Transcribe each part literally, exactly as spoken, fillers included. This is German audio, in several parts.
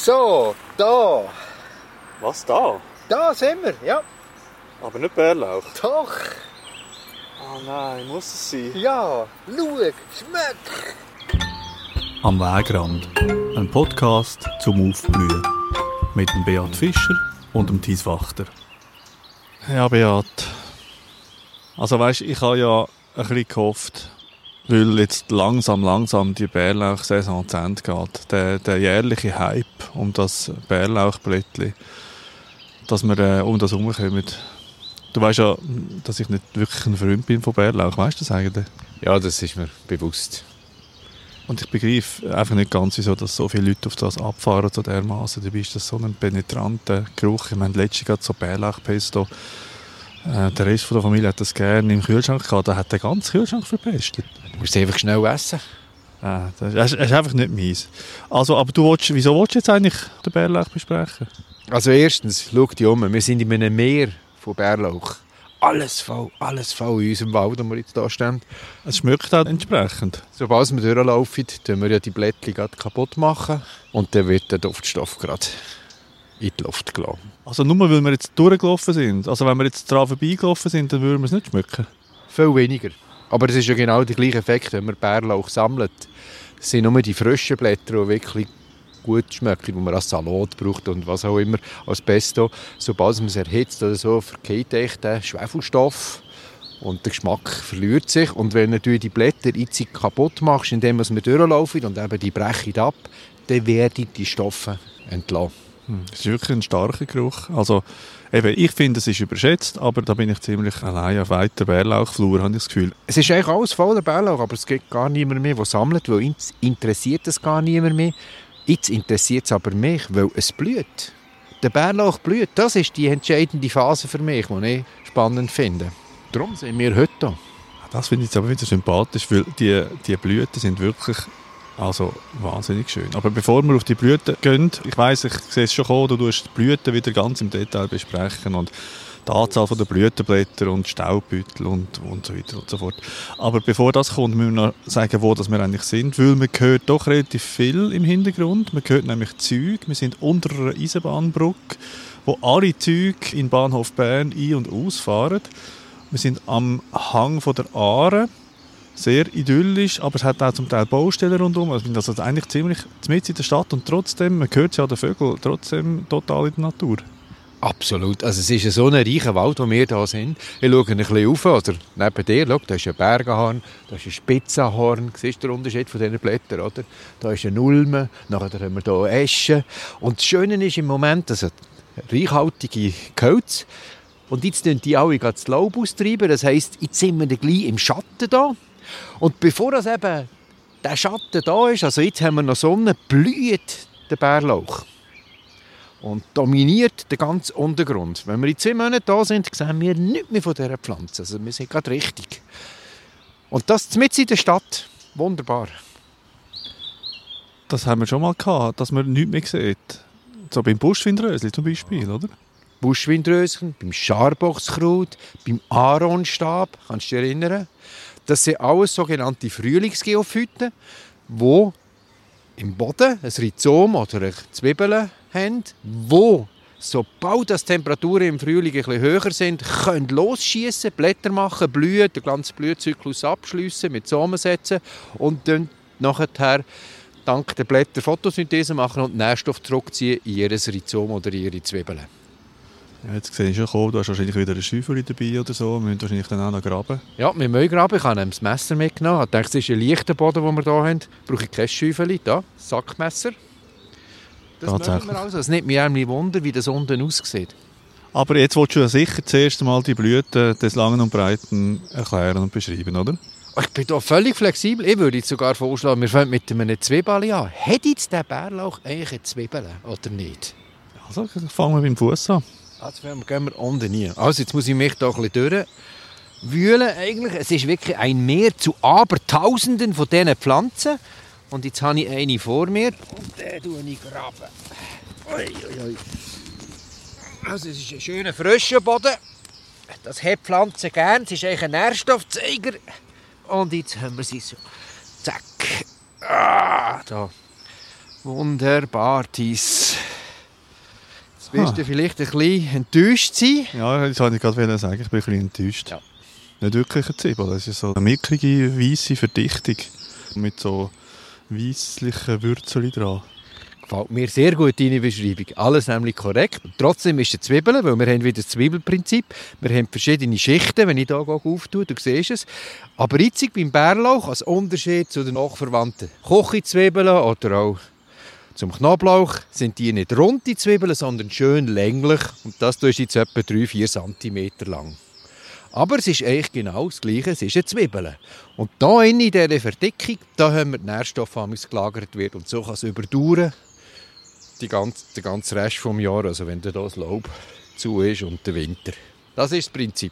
So, da. Was da? Da sind wir, ja. Aber nicht Bärlauch. Doch. Oh nein, muss es sein? Ja, schau, schmeck. Am Wegrand. Ein Podcast zum Aufblühen. Mit dem Beat Fischer und dem Thies Wachter. Ja, Beat. Also weisst, ich habe ja ein bisschen gehofft, weil jetzt langsam, langsam die Bärlauchsaison zu Ende geht. Der, der jährliche Hype um das Bärlauchblättli, dass wir äh, um das herumkommen. Du weißt ja, dass ich nicht wirklich ein Freund bin von Bärlauch. Weißt du das eigentlich? Ja, das ist mir bewusst. Und ich begreife einfach nicht ganz, wieso dass so viele Leute auf das abfahren, so dermaßen. Dabei ist das so ein penetranter Geruch. Ich meine, letztens gerade so Bärlauchpesto. Äh, der Rest von der Familie hat das gerne im Kühlschrank gehabt. Da hat den ganzen Kühlschrank verpestet. Du musst einfach schnell essen. Äh, das, ist, das ist einfach nicht meins. Also, aber du willst, wieso willst du jetzt eigentlich den Bärlauch besprechen? Also erstens, schau dich um. Wir sind in einem Meer von Bärlauch. Alles voll, alles voll in unserem Wald, wo wir jetzt hier stehen. Es schmeckt auch entsprechend. Sobald wir durchlaufen, tun wir ja die Blättchen kaputt machen. Und dann wird der Duftstoff gerade in die Luft gelassen. Also nur weil wir jetzt durchgelaufen sind. Also wenn wir jetzt daran vorbeigelaufen sind, dann würden wir es nicht schmecken. Viel weniger. Aber es ist ja genau der gleiche Effekt, wenn man Bärlauch sammelt. Es sind nur die frischen Blätter, die wirklich gut schmecken, die man als Salat braucht und was auch immer, als Pesto. Sobald man es erhitzt oder so, vergeht echt der Schwefelstoff und der Geschmack verliert sich. Und wenn du die Blätter jetzt kaputt machst, indem wir durchlaufen und eben die brechen ab, dann werden die Stoffe entlassen. Das ist wirklich ein starker Geruch. Also, eben, ich finde, es ist überschätzt, aber da bin ich ziemlich allein auf weiter Bärlauchflur, habe ich das Gefühl. Es ist eigentlich alles voller Bärlauch, aber es gibt gar niemand mehr, der sammelt, weil uns interessiert es gar niemand mehr. Jetzt interessiert es aber mich, weil es blüht. Der Bärlauch blüht. Das ist die entscheidende Phase für mich, die ich spannend finde. Darum sind wir heute hier. Das finde ich jetzt aber wieder sympathisch, weil die, die Blüten sind wirklich also wahnsinnig schön. Aber bevor wir auf die Blüten gehen, ich weiss, ich sehe es schon kommen, du wirst die Blüten wieder ganz im Detail besprechen und die Anzahl der Blütenblätter und Staubbeutel und, und so weiter und so fort. Aber bevor das kommt, müssen wir noch sagen, wo das wir eigentlich sind, weil man hört doch relativ viel im Hintergrund. Man hört nämlich Züge. Wir sind unter einer Eisenbahnbrücke, wo alle Züge in Bahnhof Bern ein- und ausfahren. Wir sind am Hang von der Aare. Sehr idyllisch, aber es hat auch zum Teil Baustellen rundherum. Also wir sind also eigentlich ziemlich mitten in der Stadt und trotzdem, man hört ja den Vögel, trotzdem total in der Natur. Absolut. Also es ist so ein reicher Wald, wo wir hier sind. Ich schaue ein bisschen rauf, oder neben dir, schau, da ist ein Bergenhorn, da ist ein Spitzenhorn. Siehst du den Unterschied von diesen Blättern, oder? Da ist ein Ulme, nachher haben wir hier Eschen. Und das Schöne ist im Moment, also reichhaltige Gehölze. Und jetzt treiben die alle das Laub austreiben. Das heisst, jetzt sind wir gleich im Schatten da. Und bevor das eben der Schatten da ist, also jetzt haben wir noch Sonne, blüht der Bärlauch. Und dominiert den ganzen Untergrund. Wenn wir in zwei Monaten da sind, sehen wir nichts mehr von dieser Pflanze. Also wir sind gerade richtig. Und das mitten in der Stadt. Wunderbar. Das haben wir schon mal gehabt, dass man nichts mehr sieht. So beim Buschwindrösli zum Beispiel, oder? Buschwindröschen, beim Scharbochskraut, beim Aaronstab, kannst du dich erinnern? Das sind alles sogenannte Frühlingsgeophyten, die im Boden ein Rhizom oder eine Zwiebeln haben, die, sobald die Temperaturen im Frühling ein bisschen höher sind, können losschiessen, Blätter machen, blühen, den ganzen Blühzyklus abschliessen, mit Samen setzen und dann nachher dank der Blätter Photosynthese machen und Nährstoff zurückziehen in ihr Rhizom oder in ihre Zwiebeln. Ja, jetzt sehe ich schon kommen, du hast wahrscheinlich wieder eine Schäufel dabei oder so. Wir müssen wahrscheinlich dann auch noch graben. Ja, wir müssen graben. Ich habe das Messer mitgenommen. Ich dachte, das ist ein leichter Boden, den wir hier haben. Brauche ich kein Schäufel. Da, Sackmesser. Das machen wir also. Es nimmt mich irgendwie Wunder, wie das unten aussieht. Aber jetzt willst du ja sicher zuerst einmal die Blüten des Langen und Breiten erklären und beschreiben, oder? Ich bin hier völlig flexibel. Ich würde jetzt sogar vorschlagen, wir fangen mit einem Zwiebeln an. Hat jetzt der Bärlauch eigentlich eine Zwiebeln oder nicht? Also fangen wir beim Fuß an. Also gehen wir unten rein. Also jetzt muss ich mich hier ein bisschen durchwühlen. Eigentlich, es ist wirklich ein Meer zu Abertausenden von diesen Pflanzen. Und jetzt habe ich eine vor mir. Und den tue ich graben. Ui, ui, ui. Also es ist ein schöner, frischer Boden. Das hat Pflanzen gern. Es ist eigentlich ein Nährstoffzeiger. Und jetzt haben wir sie so. Zack. Ah, da. Wunderbar, Thies. Jetzt wirst ah. du vielleicht ein bisschen enttäuscht sein. Ja, das wollte ich gerade sagen. Ich bin ein bisschen enttäuscht. Ja. Nicht wirklich eine Zwiebel. Das ist so eine mickrige, weisse Verdichtung mit so weisslichen Würzeln dran. Gefällt mir sehr gut, deine Beschreibung. Alles nämlich korrekt. Und trotzdem ist es Zwiebeln, weil wir haben wieder das Zwiebelprinzip. Wir haben verschiedene Schichten, wenn ich hier auftue, du siehst es. Aber jetzt beim Bärlauch, als Unterschied zu den nachverwandten Kochzwiebeln oder auch zum Knoblauch, sind die nicht runde Zwiebeln, sondern schön länglich. Und das ist jetzt etwa drei bis vier Zentimeter lang. Aber es ist eigentlich genau das Gleiche, es ist eine Zwiebel. Und hier in dieser Verdickung, da haben wir die Nährstoffe, die gelagert wird. Und so kann es überdauern, die ganze, den ganzen Rest des Jahres, also wenn da das Laub zu ist und der Winter. Das ist das Prinzip.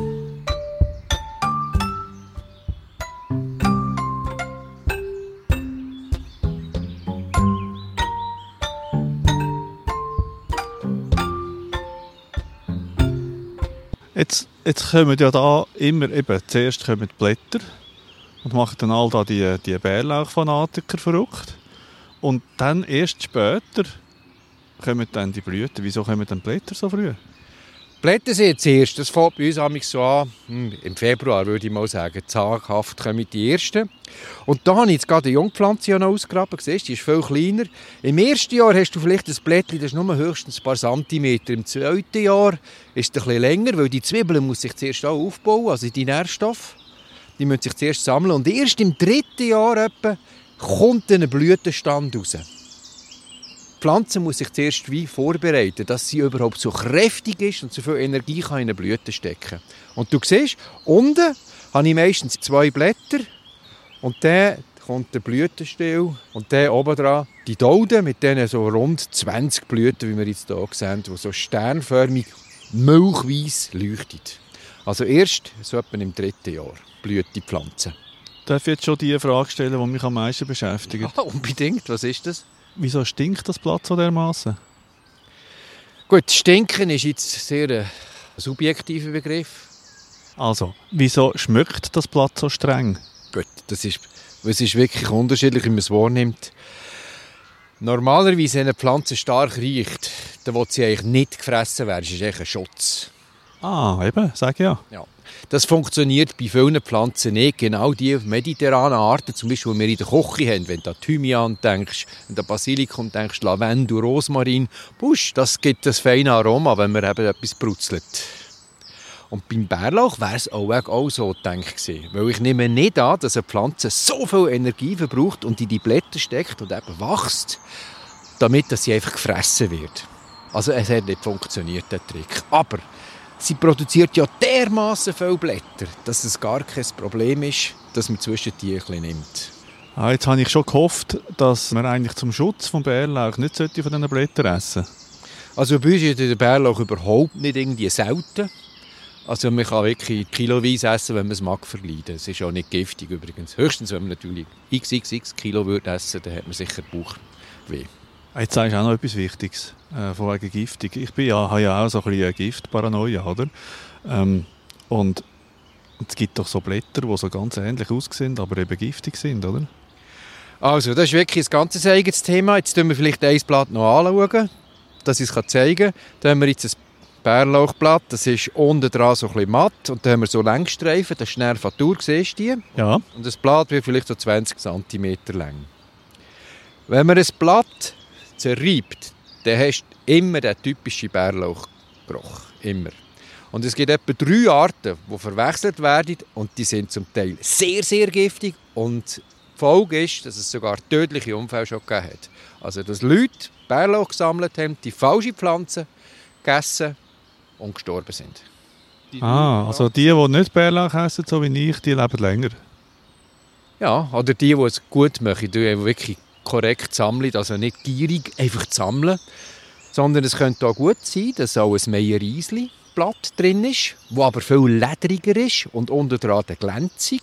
Jetzt, jetzt kommen ja da immer eben, zuerst kommen die Blätter und machen dann all da die, die Bärlauchfanatiker verrückt. Und dann erst später kommen dann die Blüten. Wieso kommen dann die Blätter so früh? Die Blätter sind zuerst. Das fängt bei uns so an, hm, im Februar würde ich mal sagen. Zaghaft kommen die ersten. Und da habe ich jetzt gerade eine Jungpflanze ausgegraben. Siehst, die ist viel kleiner. Im ersten Jahr hast du vielleicht ein Blättchen, das ist nur höchstens ein paar Zentimeter. Im zweiten Jahr ist es ein bisschen länger, weil die Zwiebeln muss sich zuerst auch aufbauen, also die Nährstoffe. Die müssen sich zuerst sammeln. Und erst im dritten Jahr etwa kommt ein Blütenstand raus. Die Pflanze muss sich zuerst wie vorbereiten, dass sie überhaupt so kräftig ist und so viel Energie kann in eine Blüte stecken kann. Und du siehst, unten habe ich meistens zwei Blätter und dann kommt der Blütenstiel und dann oben dran die Dolden mit diesen so rund zwanzig Blüten, wie wir jetzt hier sehen, die so sternförmig milchweiss leuchten. Also erst so etwa im dritten Jahr blüht die Pflanze. Darf ich jetzt schon die Frage stellen, die mich am meisten beschäftigt? Ja, unbedingt. Was ist das? Wieso stinkt das Blatt so dermaßen? Gut, stinken ist jetzt sehr ein subjektiver Begriff. Also, wieso schmeckt das Blatt so streng? Gut, das ist, es ist wirklich unterschiedlich, wie man es wahrnimmt. Normalerweise, wenn eine Pflanze stark riecht, dann will sie eigentlich nicht gefressen werden. Das ist eigentlich ein Schutz. Ah, eben, sag ja. ja. Das funktioniert bei vielen Pflanzen nicht. Genau die mediterranen Arten, zum Beispiel, die wir in der Küche haben, wenn du an Thymian denkst, wenn du an Basilikum denkst, Lavendel, Rosmarin, Busch, das gibt das feine Aroma, wenn man eben etwas brutzelt. Und beim Bärlauch wäre es auch, auch so gedacht. Weil ich nehme nicht an, dass eine Pflanze so viel Energie verbraucht und in die Blätter steckt und eben wächst, damit dass sie einfach gefressen wird. Also es hat nicht funktioniert, der Trick. Aber sie produziert ja dermaßen viele Blätter, dass es gar kein Problem ist, dass man zwischen die ein bisschen nimmt. Ah, jetzt habe ich schon gehofft, dass man eigentlich zum Schutz des Bärlauch nicht von diesen Blättern essen sollte. Also bei uns ist der Bärlauch überhaupt nicht irgendwie selten. Also man kann wirklich kiloweise essen, wenn man es mag verleiden. Es ist auch nicht giftig übrigens. Höchstens, wenn man natürlich x x x Kilo würde essen, dann hat man sicher Bauchweh. Jetzt sagst du auch noch etwas Wichtiges, äh, von wegen giftig. Ich bin ja, habe ja auch so ein bisschen Giftparanoia, oder? Ähm, und, und es gibt doch so Blätter, die so ganz ähnlich aussehen, aber eben giftig sind, oder? Also, das ist wirklich ein ganz eigenes Thema. Jetzt schauen wir vielleicht ein Blatt noch anschauen, dass ich es zeigen kann. Da haben wir jetzt ein Bärlauchblatt, das ist unten dran so ein bisschen matt und da haben wir so Längsstreifen, das ist Nervatur, siehst du die? Ja. Und das Blatt wird vielleicht so zwanzig Zentimeter lang. Wenn man ein Blatt zerreibt, dann hast du immer den typischen Bärlauchgeruch. Immer. Und es gibt etwa drei Arten, die verwechselt werden und die sind zum Teil sehr, sehr giftig und die Folge ist, dass es sogar tödliche Unfälle schon gegeben hat. Also, dass Leute Bärlauch gesammelt haben, die falsche Pflanzen gegessen und gestorben sind. Die ah, also die, die nicht Bärlauch essen, so wie ich, die leben länger? Ja, oder die, die es gut machen, die wirklich korrekt sammeln, also nicht gierig einfach sammeln, sondern es könnte auch gut sein, dass auch ein Meiereisli-Blatt drin ist, das aber viel ledriger ist und unten dran glänzig.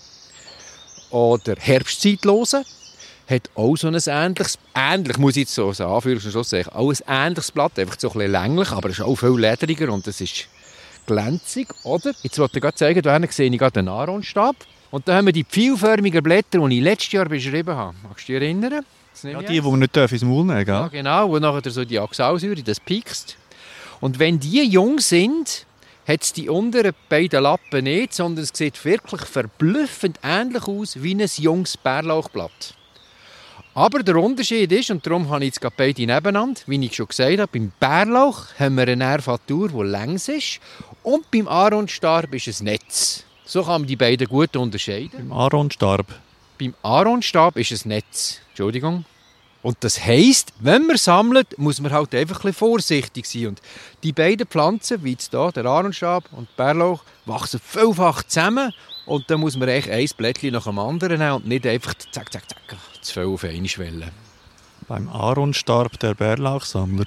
Oder Herbstzeitlose hat auch so ein ähnliches, ähnlich muss ich jetzt so sagen, Anführungs- sagen, auch ein ähnliches Blatt, einfach so ein bisschen länglich, aber es ist auch viel ledriger und es ist glänzig. Oder, jetzt wollte ich gerade zeigen, da sehe ich gerade einen Aaronstab. Und da haben wir die pfeilförmigen Blätter, die ich letztes Jahr beschrieben habe. Magst du dich erinnern? Das Ja, nehme ich die, eins. die man nicht ins Maul nehmen darf, Ja, gell? genau, wo nachher so die Oxalsäure, das piekst. Und wenn die jung sind, hat es die unteren beiden Lappen nicht, sondern es sieht wirklich verblüffend ähnlich aus wie ein junges Bärlauchblatt. Aber der Unterschied ist, und darum habe ich jetzt gerade beide nebeneinander, wie ich schon gesagt habe, beim Bärlauch haben wir eine Nervatur, die längs ist, und beim Aaronstarb ist es Netz. So kann man die beiden gut unterscheiden. Im Aaronstarb. Beim Aaronstab ist es Netz. Entschuldigung. Und das heisst, wenn man sammelt, muss man halt einfach ein bisschen vorsichtig sein. Und die beiden Pflanzen, wie jetzt hier, der Aaronstab und der Bärlauch, wachsen vielfach zusammen. Und dann muss man echt ein Blättchen nach dem anderen nehmen und nicht einfach zack, zack, zack, zu viel auf eine Schwelle. Beim Aaronstarb der Bärlauchsammler.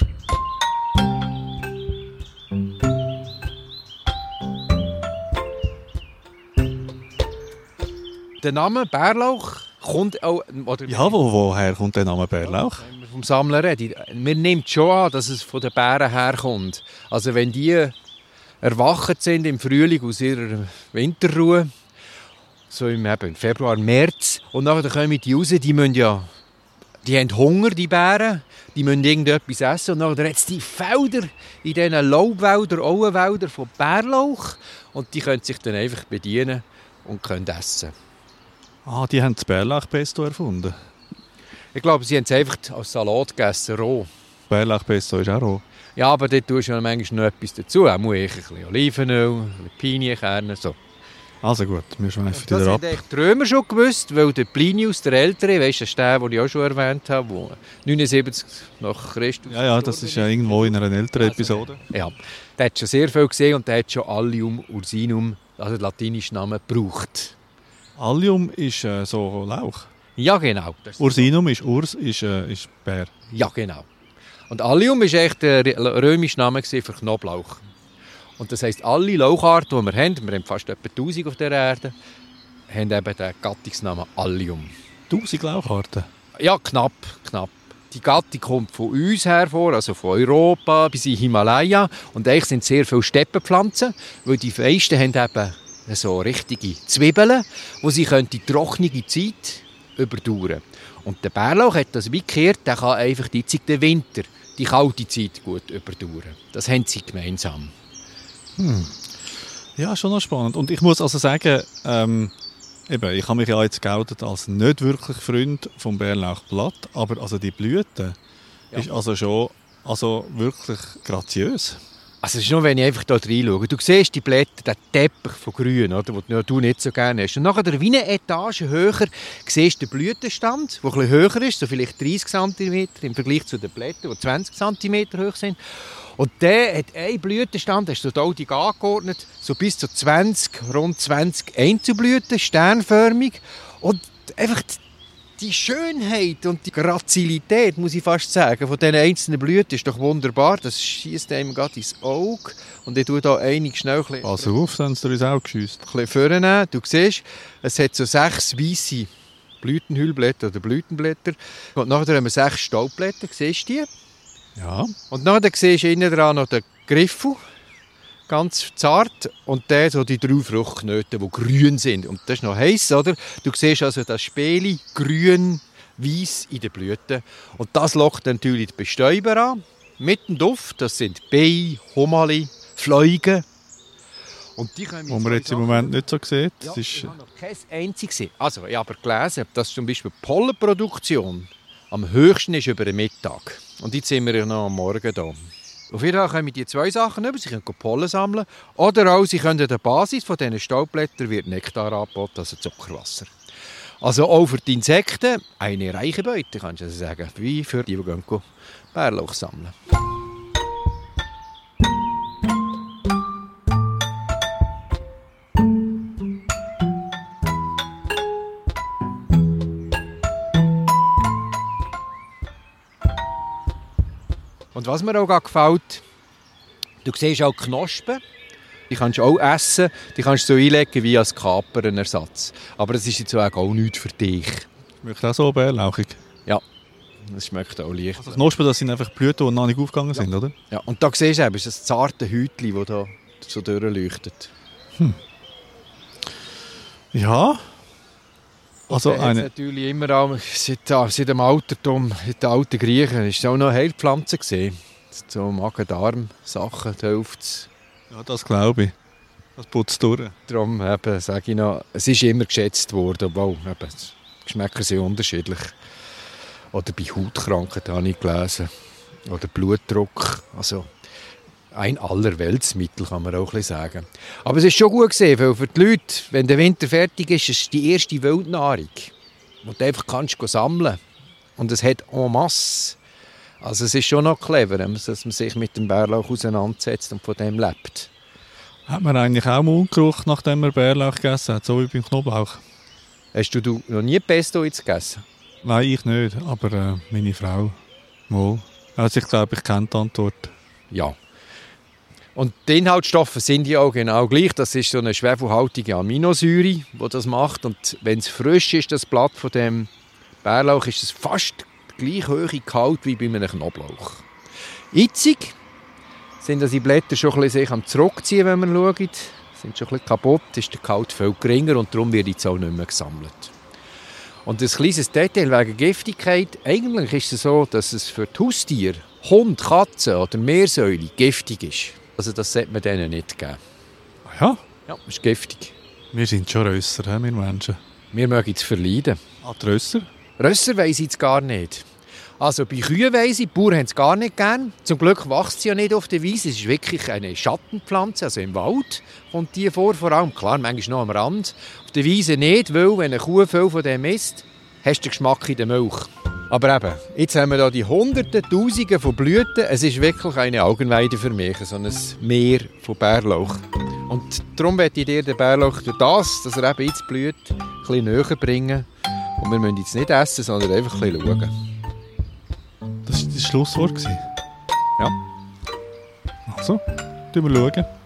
Der Name Bärlauch kommt auch... Oder Ja, wo, woher kommt der Name Bärlauch? Wenn wir vom Sammler reden, man nimmt schon an, dass es von den Bären herkommt. Also wenn die erwacht sind im Frühling aus ihrer Winterruhe, so im eben Februar, März, und nachher kommen die raus, die müssen ja, die haben Hunger, die Bären, die müssen irgendetwas essen, und nachher hat es die Felder, in diesen Laubwäldern, Auenwäldern von Bärlauch, und die können sich dann einfach bedienen und können essen. Ah, die haben das Bärlauchpesto erfunden. Ich glaube, sie haben es einfach als Salat gegessen, roh. Bärlauchpesto ist auch roh. Ja, aber dort tust du ja manchmal noch etwas dazu. Auch muss ich ein bisschen Olivenöl, ein bisschen Pinienkerne, so. Also gut, wir schweifen Das wieder haben ab. eigentlich die Römer schon gewusst, weil der Plinius, der Ältere, weißt du, das ist der, den ich auch schon erwähnt habe, der neunundsiebzig nach Christus Ja, ja, das ist ja irgendwo in einer älteren Episode. Ja, der hat schon sehr viel gesehen und der hat schon Allium ursinum, also den latinischen Namen, gebraucht. Allium ist äh, so Lauch. Ja, genau. Das ist- Ursinum ist Urs, ist, äh, ist Bär. Ja, genau. Und Allium war echt der römische Name für Knoblauch. Und das heisst, alle Laucharten, die wir haben, wir haben fast etwa tausend auf der Erde, haben eben den Gattungsnamen Allium. Tausend Laucharten. Ja, knapp, knapp. Die Gattung kommt von uns hervor, also von Europa bis in Himalaya. Und eigentlich sind sehr viele Steppenpflanzen, weil die meisten haben eben so richtige Zwiebeln, wo sie die trockene Zeit überdauern. Und der Bärlauch hat das wie gekehrt, der kann einfach die Zeit, den Winter, die kalte Zeit gut überdauern. Das haben sie gemeinsam. Hm. Ja, schon noch spannend. Und ich muss also sagen, ähm, eben, ich habe mich ja jetzt geoutet als nicht wirklich Freund vom Bärlauchblatt, aber also die Blüte Ja. ist also schon also wirklich graziös. Also es ist nur, wenn ich einfach hier reinschaue. Du siehst die Blätter, den Teppich von Grün, oder, den du nicht so gerne hast. Und nachher, wie eine Etage höher, siehst du den Blütenstand, der etwas höher ist, so vielleicht dreißig Zentimeter im Vergleich zu den Blättern, die zwanzig Zentimeter hoch sind. Und der hat einen Blütenstand, hast du so die angeordnet, so bis zu zwanzig, rund zwanzig Einzelblüten, sternförmig. Und einfach die Schönheit und die Grazilität, muss ich fast sagen, von diesen einzelnen Blüten ist doch wunderbar. Das schießt einem gerade ins Auge. Und ich tue hier einige schnell ein bisschen, Pass auf, dann hast du ins Auge geschiesst. ein bisschen vornehmen. Du siehst, es hat so sechs weisse Blütenhüllblätter oder Blütenblätter. Und nachher haben wir sechs Staubblätter, siehst du die? Ja. Und dann siehst du innen dran noch den Griffel, ganz zart, und dann so die drei Fruchtknoten, die grün sind. Und das ist noch heiß, oder? Du siehst also das Späli grün, weiss in den Blüten. Und das lockt natürlich die Bestäuber an, mit dem Duft. Das sind Bienen, Humali, Fliegen. Und die können Wo man jetzt im Moment nicht so sieht. Ja, Das ich ist, habe noch kein einziges gesehen. Also, ich habe aber gelesen, dass zum Beispiel die Pollenproduktion am höchsten ist über den Mittag. Und jetzt sind wir ja noch am Morgen da. Auf jeden Fall können die zwei Sachen über. Sie können Pollen sammeln. Oder auch, sie können an der Basis von diesen Staubblättern wird Nektar angeboten, also Zuckerwasser. Also auch für die Insekten eine reiche Beute, kannst du also sagen. Wie für die, die gehen Bärlauch sammeln. Und was mir auch gefällt, du siehst auch Knospen. Die kannst du auch essen, die kannst du so einlegen wie als Kaperenersatz. Aber das ist jetzt auch nichts für dich. schmeckt auch so bärlauchig. Ja, das schmeckt auch leicht. Also Knospen, das sind einfach Blüten, die noch nicht aufgegangen sind, oder? Ja, und da siehst du eben, es ist ein zartes Häutchen, das da so durchleuchtet. Ja. Also Der eine... hat's natürlich immer auch, seit, seit dem Altertum, seit den alten Griechen, ist es auch noch eine Heilpflanze gesehen. So Magen-Darm-Sachen hilft. Ja, das glaube ich. Das putzt durch. Darum eben, sage ich noch, es ist immer geschätzt worden, obwohl eben, die Geschmäcker sind unterschiedlich. Oder bei Hautkrankheiten habe ich gelesen. Oder Blutdruck. Also ein allerweltsmittel, kann man auch ein bisschen sagen. Aber es ist schon gut gesehen, weil für die Leute, wenn der Winter fertig ist, ist es die erste Wildnahrung, die du einfach kannst sammeln kannst. Und es hat en masse. Also es ist schon noch clever, dass man sich mit dem Bärlauch auseinandersetzt und von dem lebt. Hat man eigentlich auch Mundgeruch, nachdem man Bärlauch gegessen hat, so wie beim Knoblauch? Hast du, du noch nie Pesto jetzt gegessen? Nein, ich nicht, aber äh, meine Frau wohl. Also ich glaube, ich kenne die Antwort. Ja. Und die Inhaltsstoffe sind ja auch genau gleich. Das ist so eine schwefelhaltige Aminosäure, die das macht. Und wenn es frisch ist, das Blatt von dem Bärlauch, ist es fast gleich hohe Gehalt wie bei einem Knoblauch. Itzig sind also die Blätter schon ein bisschen sich am Zurückziehen, wenn man schaut. Sind schon ein bisschen kaputt, ist der Gehalt viel geringer und darum wird jetzt auch nicht mehr gesammelt. Und ein kleines Detail wegen Giftigkeit. Eigentlich ist es so, dass es für die Haustiere, Hund, Katze oder Meersäule giftig ist. Also das sollte man denen nicht geben. Ah ja? Ja, das ist giftig. Wir sind schon Rösser, he, wir Menschen. Wir mögen es verleiden. Ah, die Rösser? Rösser weiss ich jetzt gar nicht. Also bei Kühen weiss ich, die Bauern haben es gar nicht gern. Zum Glück wächst sie ja nicht auf der Wiese. Es ist wirklich eine Schattenpflanze, also im Wald kommt die vor, vor allem. Klar, manchmal noch am Rand. Auf der Wiese nicht, weil wenn eine Kuh viel von dem isst, hast du den Geschmack in der Milch. Aber eben, jetzt haben wir hier die Hunderten, Tausende von Blüten. Es ist wirklich eine Augenweide für mich, so ein Meer von Bärlauch. Und darum möchte ich dir den Bärlauch durch das, dass er eben jetzt blüht, ein bisschen näher bringen. Und wir müssen jetzt nicht essen, sondern einfach ein bisschen schauen. Das war das Schlusswort. Ja. Also, schauen wir.